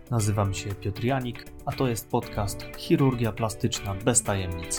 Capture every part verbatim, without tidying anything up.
Nazywam się Piotr Janik, a to jest podcast Chirurgia Plastyczna bez tajemnic.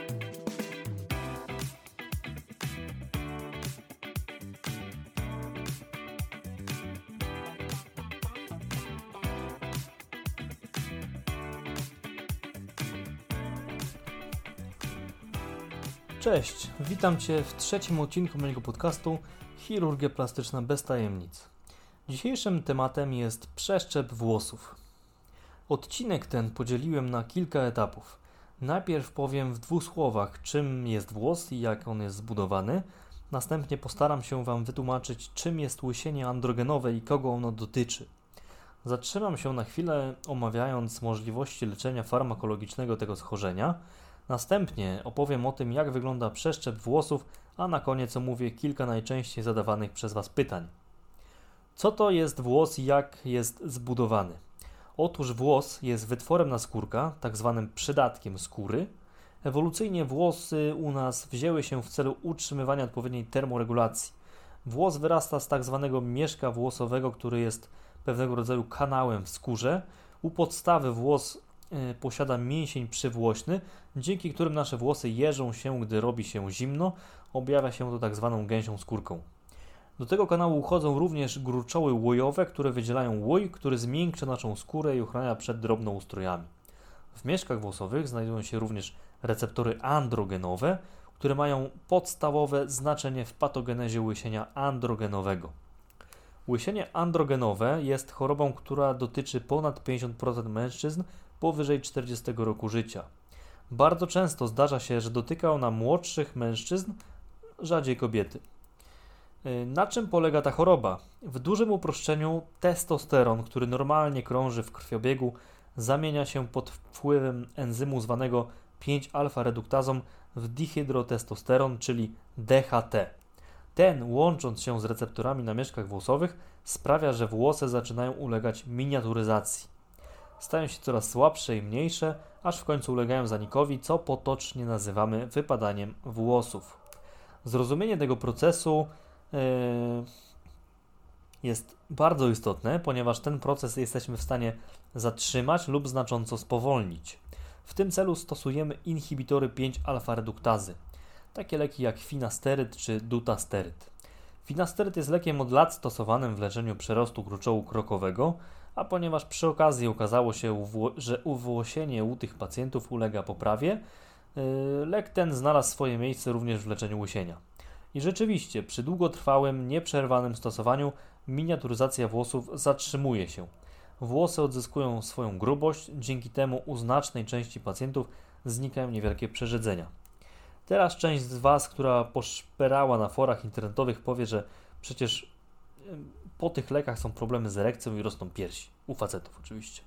Cześć, witam Cię w trzecim odcinku mojego podcastu Chirurgia Plastyczna bez tajemnic. Dzisiejszym tematem jest przeszczep włosów. Odcinek ten podzieliłem na kilka etapów. Najpierw powiem w dwóch słowach, czym jest włos i jak on jest zbudowany. Następnie postaram się Wam wytłumaczyć, czym jest łysienie androgenowe i kogo ono dotyczy. Zatrzymam się na chwilę, omawiając możliwości leczenia farmakologicznego tego schorzenia. Następnie opowiem o tym, jak wygląda przeszczep włosów, a na koniec omówię kilka najczęściej zadawanych przez Was pytań. Co to jest włos i jak jest zbudowany? Otóż włos jest wytworem naskórka, tak zwanym przydatkiem skóry. Ewolucyjnie włosy u nas wzięły się w celu utrzymywania odpowiedniej termoregulacji. Włos wyrasta z tak zwanego mieszka włosowego, który jest pewnego rodzaju kanałem w skórze. U podstawy włos y, posiada mięsień przywłośny, dzięki którym nasze włosy jeżą się, gdy robi się zimno. Objawia się to tak zwaną gęsią skórką. Do tego kanału uchodzą również gruczoły łojowe, które wydzielają łój, który zmiękcza naszą skórę i ochrania przed drobnoustrojami. W mieszkach włosowych znajdują się również receptory androgenowe, które mają podstawowe znaczenie w patogenezie łysienia androgenowego. Łysienie androgenowe jest chorobą, która dotyczy ponad pięćdziesiąt procent mężczyzn powyżej czterdziestego roku życia. Bardzo często zdarza się, że dotyka ona młodszych mężczyzn, rzadziej kobiety. Na czym polega ta choroba? W dużym uproszczeniu testosteron, który normalnie krąży w krwiobiegu, zamienia się pod wpływem enzymu zwanego pięć alfa reduktazą w dihydrotestosteron, czyli D H T. Ten, łącząc się z receptorami na mieszkach włosowych, sprawia, że włosy zaczynają ulegać miniaturyzacji. Stają się coraz słabsze i mniejsze, aż w końcu ulegają zanikowi, co potocznie nazywamy wypadaniem włosów. Zrozumienie tego procesu jest bardzo istotne, ponieważ ten proces jesteśmy w stanie zatrzymać lub znacząco spowolnić. W tym celu stosujemy inhibitory pięć alfa reduktazy, takie leki jak finasteryd czy dutasteryd. Finasteryd jest lekiem od lat stosowanym w leczeniu przerostu gruczołu krokowego, a ponieważ przy okazji okazało się, że uwłosienie u tych pacjentów ulega poprawie, lek ten znalazł swoje miejsce również w leczeniu łysienia. I rzeczywiście, przy długotrwałym, nieprzerwanym stosowaniu miniaturyzacja włosów zatrzymuje się. Włosy odzyskują swoją grubość, dzięki temu u znacznej części pacjentów znikają niewielkie przerzedzenia. Teraz część z Was, która poszperała na forach internetowych, powie, że przecież po tych lekach są problemy z erekcją i rosną piersi. U facetów oczywiście.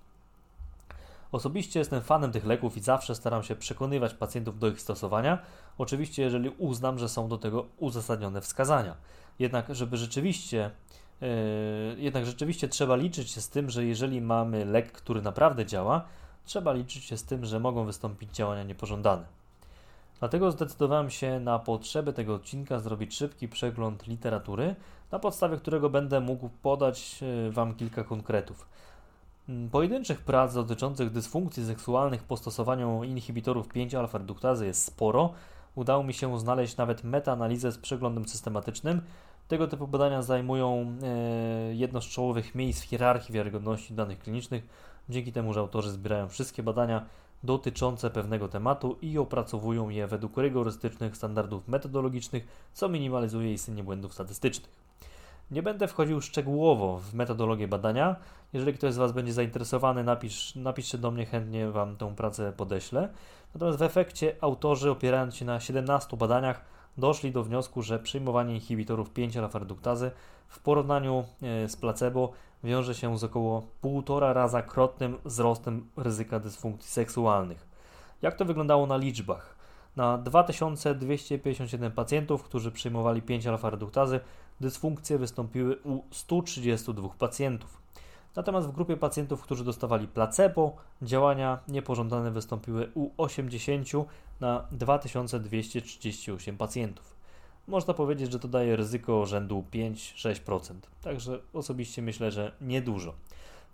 Osobiście jestem fanem tych leków i zawsze staram się przekonywać pacjentów do ich stosowania, oczywiście jeżeli uznam, że są do tego uzasadnione wskazania. Jednak, żeby rzeczywiście, yy, jednak rzeczywiście trzeba liczyć się z tym, że jeżeli mamy lek, który naprawdę działa, trzeba liczyć się z tym, że mogą wystąpić działania niepożądane. Dlatego zdecydowałem się na potrzeby tego odcinka zrobić szybki przegląd literatury, na podstawie którego będę mógł podać Wam kilka konkretów. Pojedynczych prac dotyczących dysfunkcji seksualnych po stosowaniu inhibitorów pięć alfa reduktazy jest sporo. Udało mi się znaleźć nawet metaanalizę z przeglądem systematycznym. Tego typu badania zajmują e, jedno z czołowych miejsc w hierarchii wiarygodności danych klinicznych, dzięki temu, że autorzy zbierają wszystkie badania dotyczące pewnego tematu i opracowują je według rygorystycznych standardów metodologicznych, co minimalizuje istnienie błędów statystycznych. Nie będę wchodził szczegółowo w metodologię badania. Jeżeli ktoś z Was będzie zainteresowany, napisz, napiszcie do mnie, chętnie Wam tę pracę podeślę. Natomiast w efekcie autorzy, opierając się na siedemnastu badaniach, doszli do wniosku, że przyjmowanie inhibitorów pięć alfa reduktazy w porównaniu z placebo wiąże się z około półtora raza krotnym wzrostem ryzyka dysfunkcji seksualnych. Jak to wyglądało na liczbach? Na dwa tysiące dwieście pięćdziesiąt siedem pacjentów, którzy przyjmowali pięć alfa reduktazy, dysfunkcje wystąpiły u stu trzydziestu dwóch pacjentów. Natomiast w grupie pacjentów, którzy dostawali placebo, działania niepożądane wystąpiły u osiemdziesięciu na dwa tysiące dwieście trzydzieści osiem pacjentów. Można powiedzieć, że to daje ryzyko rzędu pięć do sześciu procent, także osobiście myślę, że niedużo. W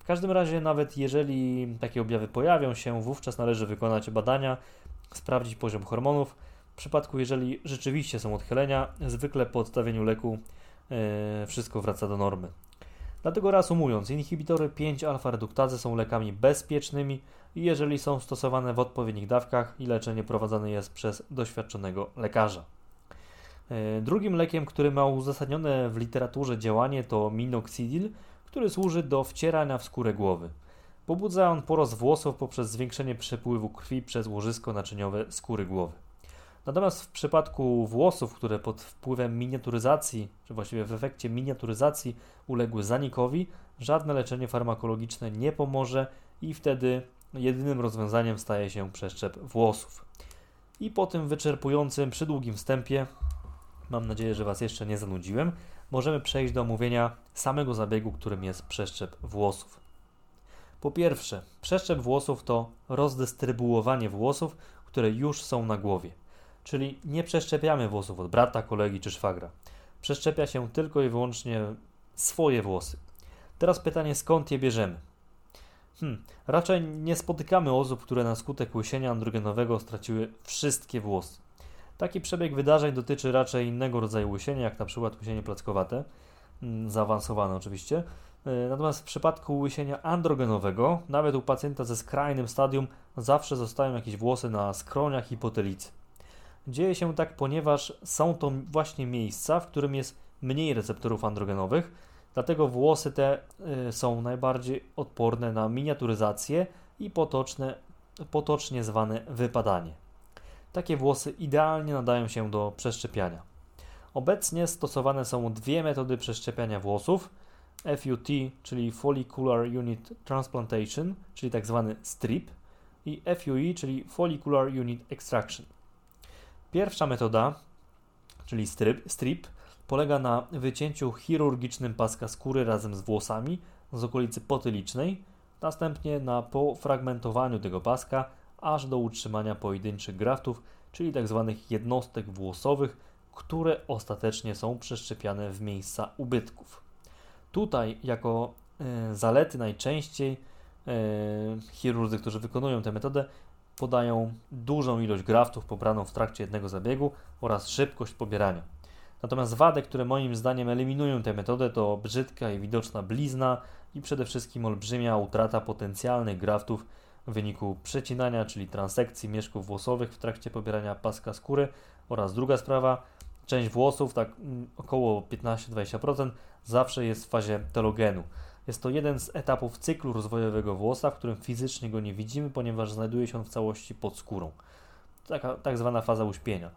W każdym razie, nawet jeżeli takie objawy pojawią się, wówczas należy wykonać badania, sprawdzić poziom hormonów. W przypadku, jeżeli rzeczywiście są odchylenia, zwykle po odstawieniu leku yy, wszystko wraca do normy. Dlatego reasumując, inhibitory pięć alfa reduktazy są lekami bezpiecznymi i jeżeli są stosowane w odpowiednich dawkach i leczenie prowadzone jest przez doświadczonego lekarza. Yy, drugim lekiem, który ma uzasadnione w literaturze działanie, to minoxidil, który służy do wcierania w skórę głowy. Pobudza on porost włosów poprzez zwiększenie przepływu krwi przez łożysko naczyniowe skóry głowy. Natomiast w przypadku włosów, które pod wpływem miniaturyzacji, czy właściwie w efekcie miniaturyzacji uległy zanikowi, żadne leczenie farmakologiczne nie pomoże i wtedy jedynym rozwiązaniem staje się przeszczep włosów. I po tym wyczerpującym, przydługim wstępie, mam nadzieję, że Was jeszcze nie zanudziłem, możemy przejść do omówienia samego zabiegu, którym jest przeszczep włosów. Po pierwsze, przeszczep włosów to rozdystrybuowanie włosów, które już są na głowie. Czyli nie przeszczepiamy włosów od brata, kolegi czy szwagra. Przeszczepia się tylko i wyłącznie swoje włosy. Teraz pytanie, skąd je bierzemy? Hmm, raczej nie spotykamy osób, które na skutek łysienia androgenowego straciły wszystkie włosy. Taki przebieg wydarzeń dotyczy raczej innego rodzaju łysienia, jak na przykład łysienie plackowate, zaawansowane oczywiście. Natomiast w przypadku łysienia androgenowego, nawet u pacjenta ze skrajnym stadium, zawsze zostają jakieś włosy na skroniach i potylicy. Dzieje się tak, ponieważ są to właśnie miejsca, w którym jest mniej receptorów androgenowych, dlatego włosy te y, są najbardziej odporne na miniaturyzację i potoczne, potocznie zwane wypadanie. Takie włosy idealnie nadają się do przeszczepiania. Obecnie stosowane są dwie metody przeszczepiania włosów, F U T, czyli Follicular Unit Transplantation, czyli tak zwany strip, i F U E, czyli Follicular Unit Extraction. Pierwsza metoda, czyli strip, strip, polega na wycięciu chirurgicznym paska skóry razem z włosami z okolicy potylicznej, następnie na pofragmentowaniu tego paska aż do utrzymania pojedynczych graftów, czyli tzw. jednostek włosowych, które ostatecznie są przeszczepiane w miejsca ubytków. Tutaj jako y, zalety najczęściej y, chirurdzy, którzy wykonują tę metodę, podają dużą ilość graftów pobraną w trakcie jednego zabiegu oraz szybkość pobierania. Natomiast wady, które moim zdaniem eliminują tę metodę, to brzydka i widoczna blizna i przede wszystkim olbrzymia utrata potencjalnych graftów w wyniku przecinania, czyli transekcji mieszków włosowych w trakcie pobierania paska skóry. Oraz druga sprawa, część włosów, tak około piętnaście do dwudziestu procent, zawsze jest w fazie telogenu. Jest to jeden z etapów cyklu rozwojowego włosa, w którym fizycznie go nie widzimy, ponieważ znajduje się on w całości pod skórą. Taka tak zwana faza uśpienia.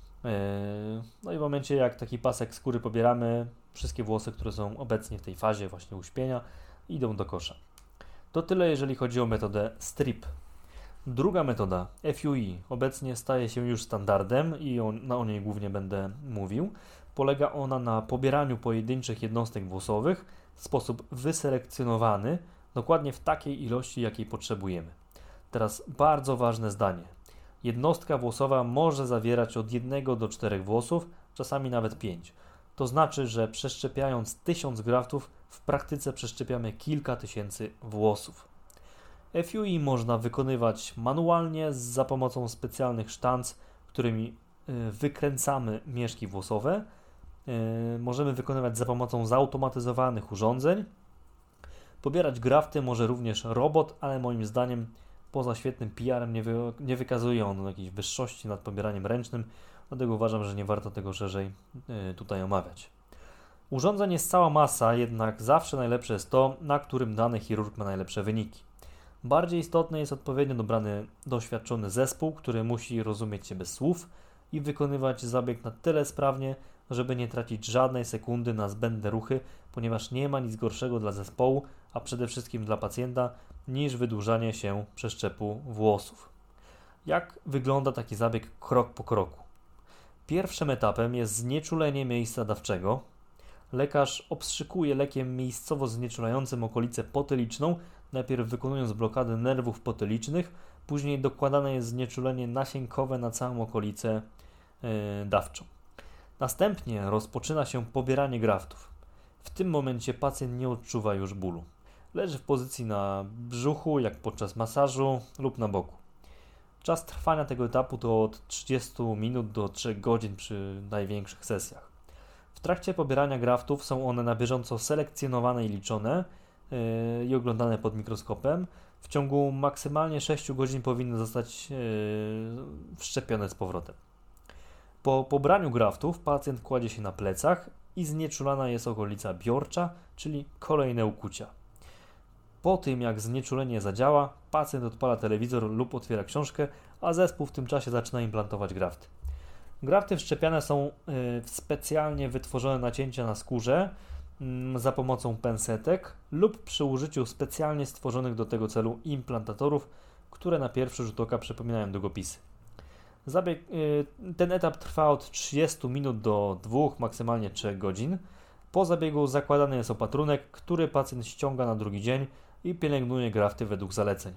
No i w momencie, jak taki pasek skóry pobieramy, wszystkie włosy, które są obecnie w tej fazie właśnie uśpienia, idą do kosza. To tyle, jeżeli chodzi o metodę strip. Druga metoda, F U E, obecnie staje się już standardem i on, no, o niej głównie będę mówił. Polega ona na pobieraniu pojedynczych jednostek włosowych w sposób wyselekcjonowany, dokładnie w takiej ilości, jakiej potrzebujemy. Teraz bardzo ważne zdanie. Jednostka włosowa może zawierać od jednego do czterech włosów, czasami nawet pięć. To znaczy, że przeszczepiając tysiąc graftów, w praktyce przeszczepiamy kilka tysięcy włosów. F U E można wykonywać manualnie za pomocą specjalnych sztanc, którymi wykręcamy mieszki włosowe. Możemy wykonywać za pomocą zautomatyzowanych urządzeń. Pobierać grafty może również robot, ale moim zdaniem poza świetnym P R-em nie, wy, nie wykazuje on jakiejś wyższości nad pobieraniem ręcznym, dlatego uważam, że nie warto tego szerzej tutaj omawiać. Urządzeń jest cała masa, jednak zawsze najlepsze jest to, na którym dany chirurg ma najlepsze wyniki. Bardziej istotny jest odpowiednio dobrany, doświadczony zespół, który musi rozumieć się bez słów i wykonywać zabieg na tyle sprawnie, żeby nie tracić żadnej sekundy na zbędne ruchy, ponieważ nie ma nic gorszego dla zespołu, a przede wszystkim dla pacjenta, niż wydłużanie się przeszczepu włosów. Jak wygląda taki zabieg krok po kroku? Pierwszym etapem jest znieczulenie miejsca dawczego. Lekarz obstrzykuje lekiem miejscowo znieczulającym okolicę potyliczną, najpierw wykonując blokadę nerwów potylicznych, później dokładane jest znieczulenie nasienkowe na całą okolicę yy, dawczą. Następnie rozpoczyna się pobieranie graftów. W tym momencie pacjent nie odczuwa już bólu. Leży w pozycji na brzuchu, jak podczas masażu lub na boku. Czas trwania tego etapu to od trzydziestu minut do trzech godzin przy największych sesjach. W trakcie pobierania graftów są one na bieżąco selekcjonowane i liczone yy, i oglądane pod mikroskopem. W ciągu maksymalnie sześciu godzin powinny zostać yy, wszczepione z powrotem. Po pobraniu graftów pacjent kładzie się na plecach i znieczulana jest okolica biorcza, czyli kolejne ukucia. Po tym jak znieczulenie zadziała, pacjent odpala telewizor lub otwiera książkę, a zespół w tym czasie zaczyna implantować grafty. Grafty wszczepiane są w specjalnie wytworzone nacięcia na skórze za pomocą pensetek lub przy użyciu specjalnie stworzonych do tego celu implantatorów, które na pierwszy rzut oka przypominają długopisy. Zabieg, ten etap trwa od trzydziestu minut do dwóch, maksymalnie trzech godzin. Po zabiegu zakładany jest opatrunek, który pacjent ściąga na drugi dzień i pielęgnuje grafty według zaleceń.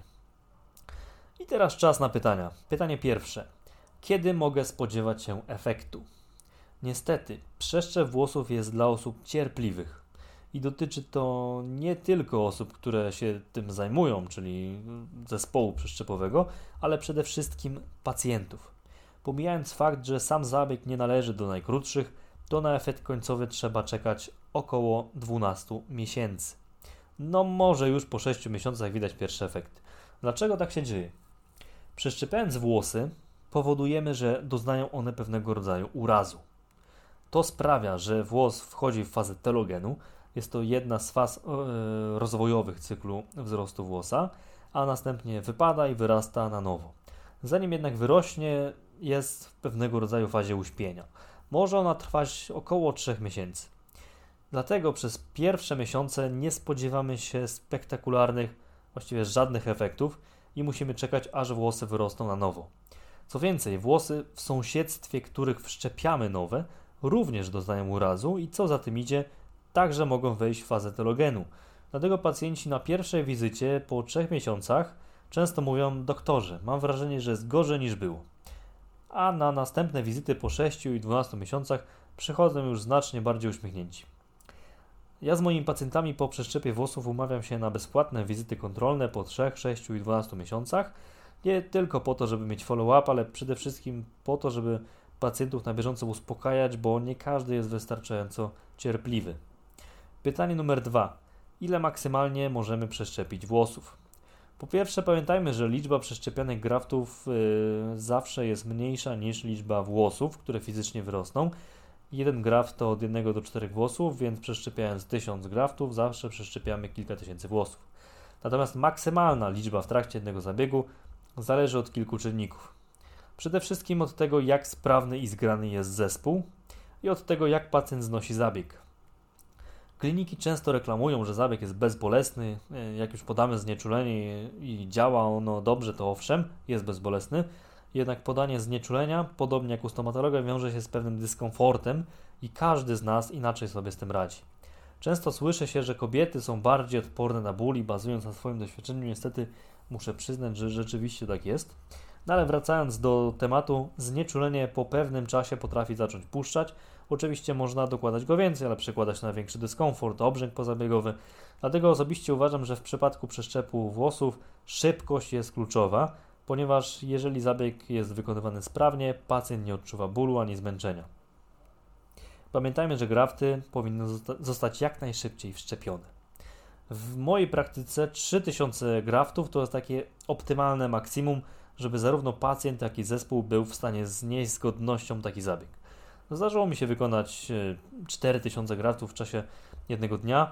I teraz czas na pytania. Pytanie pierwsze. Kiedy mogę spodziewać się efektu? Niestety, przeszczep włosów jest dla osób cierpliwych i dotyczy to nie tylko osób, które się tym zajmują, czyli zespołu przeszczepowego, ale przede wszystkim pacjentów. Pomijając fakt, że sam zabieg nie należy do najkrótszych, to na efekt końcowy trzeba czekać około dwunastu miesięcy. No może już po sześciu miesiącach widać pierwszy efekt. Dlaczego tak się dzieje? Przeszczepiając włosy powodujemy, że doznają one pewnego rodzaju urazu. To sprawia, że włos wchodzi w fazę telogenu, jest to jedna z faz yy, rozwojowych cyklu wzrostu włosa, a następnie wypada i wyrasta na nowo. Zanim jednak wyrośnie, jest w pewnego rodzaju fazie uśpienia. Może ona trwać około trzech miesięcy. Dlatego przez pierwsze miesiące nie spodziewamy się spektakularnych, właściwie żadnych efektów i musimy czekać, aż włosy wyrosną na nowo. Co więcej, włosy w sąsiedztwie, których wszczepiamy nowe, również doznają urazu i co za tym idzie, także mogą wejść w fazę telogenu. Dlatego pacjenci na pierwszej wizycie po trzech miesiącach często mówią: doktorze, mam wrażenie, że jest gorzej niż było. A na następne wizyty po sześciu i dwunastu miesiącach przychodzą już znacznie bardziej uśmiechnięci. Ja z moimi pacjentami po przeszczepie włosów umawiam się na bezpłatne wizyty kontrolne po trzech, sześciu i dwunastu miesiącach. Nie tylko po to, żeby mieć follow-up, ale przede wszystkim po to, żeby pacjentów na bieżąco uspokajać, bo nie każdy jest wystarczająco cierpliwy. Pytanie numer dwa. Ile maksymalnie możemy przeszczepić włosów? Po pierwsze, pamiętajmy, że liczba przeszczepionych graftów yy, zawsze jest mniejsza niż liczba włosów, które fizycznie wyrosną. Jeden graft to od jednego do czterech włosów, więc przeszczepiając tysiąc graftów zawsze przeszczepiamy kilka tysięcy włosów. Natomiast maksymalna liczba w trakcie jednego zabiegu zależy od kilku czynników. Przede wszystkim od tego, jak sprawny i zgrany jest zespół i od tego, jak pacjent znosi zabieg. Kliniki często reklamują, że zabieg jest bezbolesny, jak już podamy znieczulenie i działa ono dobrze, to owszem, jest bezbolesny, jednak podanie znieczulenia, podobnie jak u stomatologa, wiąże się z pewnym dyskomfortem i każdy z nas inaczej sobie z tym radzi. Często słyszy się, że kobiety są bardziej odporne na ból i bazując na swoim doświadczeniu, niestety muszę przyznać, że rzeczywiście tak jest. No ale wracając do tematu, znieczulenie po pewnym czasie potrafi zacząć puszczać. Oczywiście można dokładać go więcej, ale przekłada się na większy dyskomfort, obrzęk pozabiegowy. Dlatego osobiście uważam, że w przypadku przeszczepu włosów szybkość jest kluczowa, ponieważ jeżeli zabieg jest wykonywany sprawnie, pacjent nie odczuwa bólu ani zmęczenia. Pamiętajmy, że grafty powinny zostać jak najszybciej wszczepione. W mojej praktyce trzy tysiące graftów to jest takie optymalne maksimum, żeby zarówno pacjent, jak i zespół był w stanie znieść z godnością taki zabieg. Zdarzyło mi się wykonać cztery tysiące graftów w czasie jednego dnia,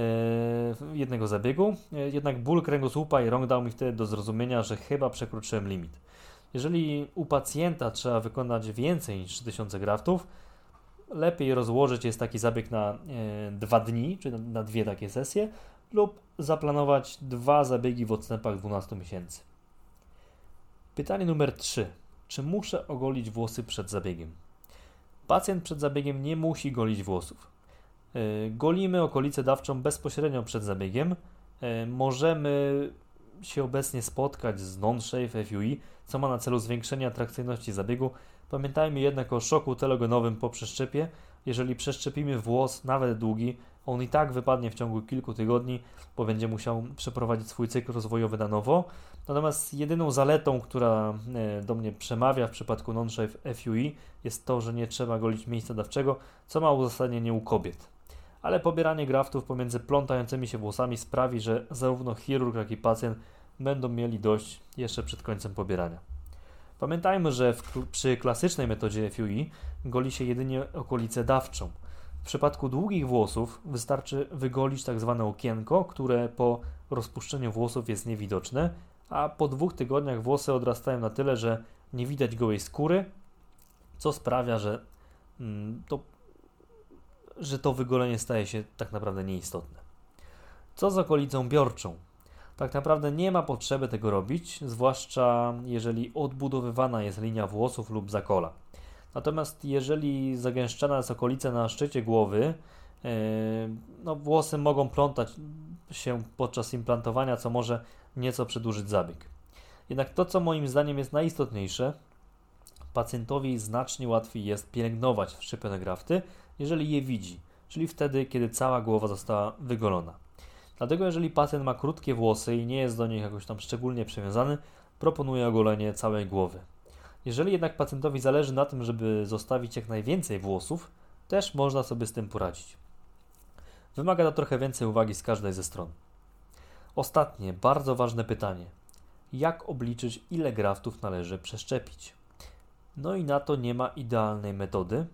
jednego zabiegu, jednak ból kręgosłupa i rąk dał mi wtedy do zrozumienia, że chyba przekroczyłem limit. Jeżeli u pacjenta trzeba wykonać więcej niż trzy tysiące graftów, lepiej rozłożyć jest taki zabieg na dwa dni, czy na, na dwie takie sesje, lub zaplanować dwa zabiegi w odstępach dwunastu miesięcy. Pytanie numer trzy. Czy muszę ogolić włosy przed zabiegiem? Pacjent przed zabiegiem nie musi golić włosów. Yy, golimy okolicę dawczą bezpośrednio przed zabiegiem. Yy, możemy się obecnie spotkać z non-shave F U I, co ma na celu zwiększenie atrakcyjności zabiegu. Pamiętajmy jednak o szoku telogenowym po przeszczepie. Jeżeli przeszczepimy włos, nawet długi, On i tak wypadnie w ciągu kilku tygodni, bo będzie musiał przeprowadzić swój cykl rozwojowy na nowo. Natomiast jedyną zaletą, która do mnie przemawia w przypadku non-shave F U E jest to, że nie trzeba golić miejsca dawczego, co ma uzasadnienie u kobiet. Ale pobieranie graftów pomiędzy plątającymi się włosami sprawi, że zarówno chirurg, jak i pacjent będą mieli dość jeszcze przed końcem pobierania. Pamiętajmy, że w, przy klasycznej metodzie F U E goli się jedynie okolicę dawczą. W przypadku długich włosów wystarczy wygolić tak zwane okienko, które po rozpuszczeniu włosów jest niewidoczne, a po dwóch tygodniach włosy odrastają na tyle, że nie widać gołej skóry, co sprawia, że, mm, to, że to wygolenie staje się tak naprawdę nieistotne. Co z okolicą biorczą? Tak naprawdę nie ma potrzeby tego robić, zwłaszcza jeżeli odbudowywana jest linia włosów lub zakola. Natomiast jeżeli zagęszczana jest okolica na szczycie głowy, yy, no włosy mogą plątać się podczas implantowania, co może nieco przedłużyć zabieg. Jednak to, co moim zdaniem jest najistotniejsze, pacjentowi znacznie łatwiej jest pielęgnować wszczepione grafty, jeżeli je widzi, czyli wtedy, kiedy cała głowa została wygolona. Dlatego jeżeli pacjent ma krótkie włosy i nie jest do nich jakoś tam szczególnie przywiązany, proponuję ogolenie całej głowy. Jeżeli jednak pacjentowi zależy na tym, żeby zostawić jak najwięcej włosów, też można sobie z tym poradzić. Wymaga to trochę więcej uwagi z każdej ze stron. Ostatnie, bardzo ważne pytanie. Jak obliczyć, ile graftów należy przeszczepić? No i na to nie ma idealnej metody.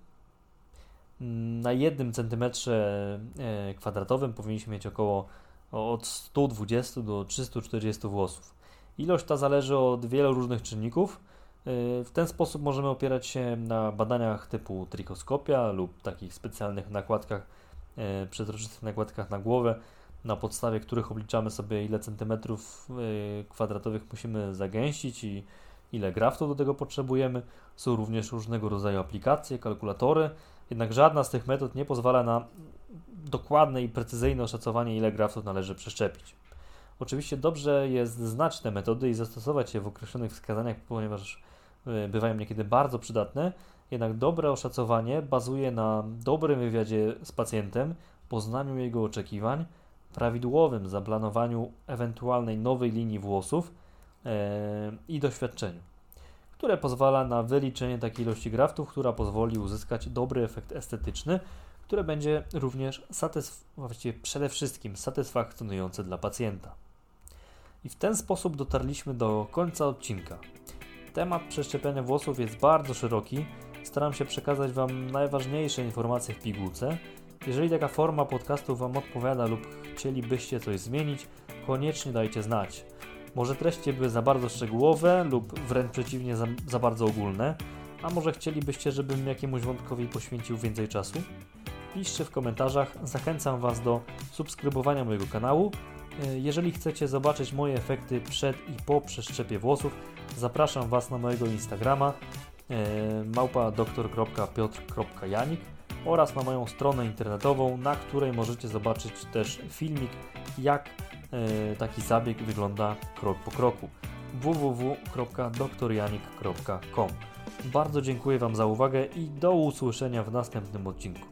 Na jednym centymetrze kwadratowym powinniśmy mieć około od stu dwudziestu do trzystu czterdziestu włosów. Ilość ta zależy od wielu różnych czynników. W ten sposób możemy opierać się na badaniach typu trikoskopia lub takich specjalnych nakładkach, przezroczystych nakładkach na głowę, na podstawie których obliczamy sobie, ile centymetrów kwadratowych musimy zagęścić i ile graftów do tego potrzebujemy. Są również różnego rodzaju aplikacje, kalkulatory, jednak żadna z tych metod nie pozwala na dokładne i precyzyjne oszacowanie, ile graftów należy przeszczepić. Oczywiście dobrze jest znać te metody i zastosować je w określonych wskazaniach, ponieważ bywają niekiedy bardzo przydatne, jednak dobre oszacowanie bazuje na dobrym wywiadzie z pacjentem, poznaniu jego oczekiwań, prawidłowym zaplanowaniu ewentualnej nowej linii włosów yy, i doświadczeniu, które pozwala na wyliczenie takiej ilości graftów, która pozwoli uzyskać dobry efekt estetyczny, które będzie również satysf- właściwie przede wszystkim satysfakcjonujące dla pacjenta. I w ten sposób dotarliśmy do końca odcinka. Temat przeszczepiania włosów jest bardzo szeroki. Staram się przekazać Wam najważniejsze informacje w pigułce. Jeżeli taka forma podcastu Wam odpowiada lub chcielibyście coś zmienić, koniecznie dajcie znać. Może treści były za bardzo szczegółowe lub wręcz przeciwnie za, za bardzo ogólne, a może chcielibyście, żebym jakiemuś wątkowi poświęcił więcej czasu? Piszcie w komentarzach, zachęcam Was do subskrybowania mojego kanału. Jeżeli chcecie zobaczyć moje efekty przed i po przeszczepie włosów, zapraszam Was na mojego Instagrama małpa doktor kropka piotr kropka janik oraz na moją stronę internetową, na której możecie zobaczyć też filmik, jak taki zabieg wygląda krok po kroku. w w w kropka doktor janik kropka com. Bardzo dziękuję Wam za uwagę i do usłyszenia w następnym odcinku.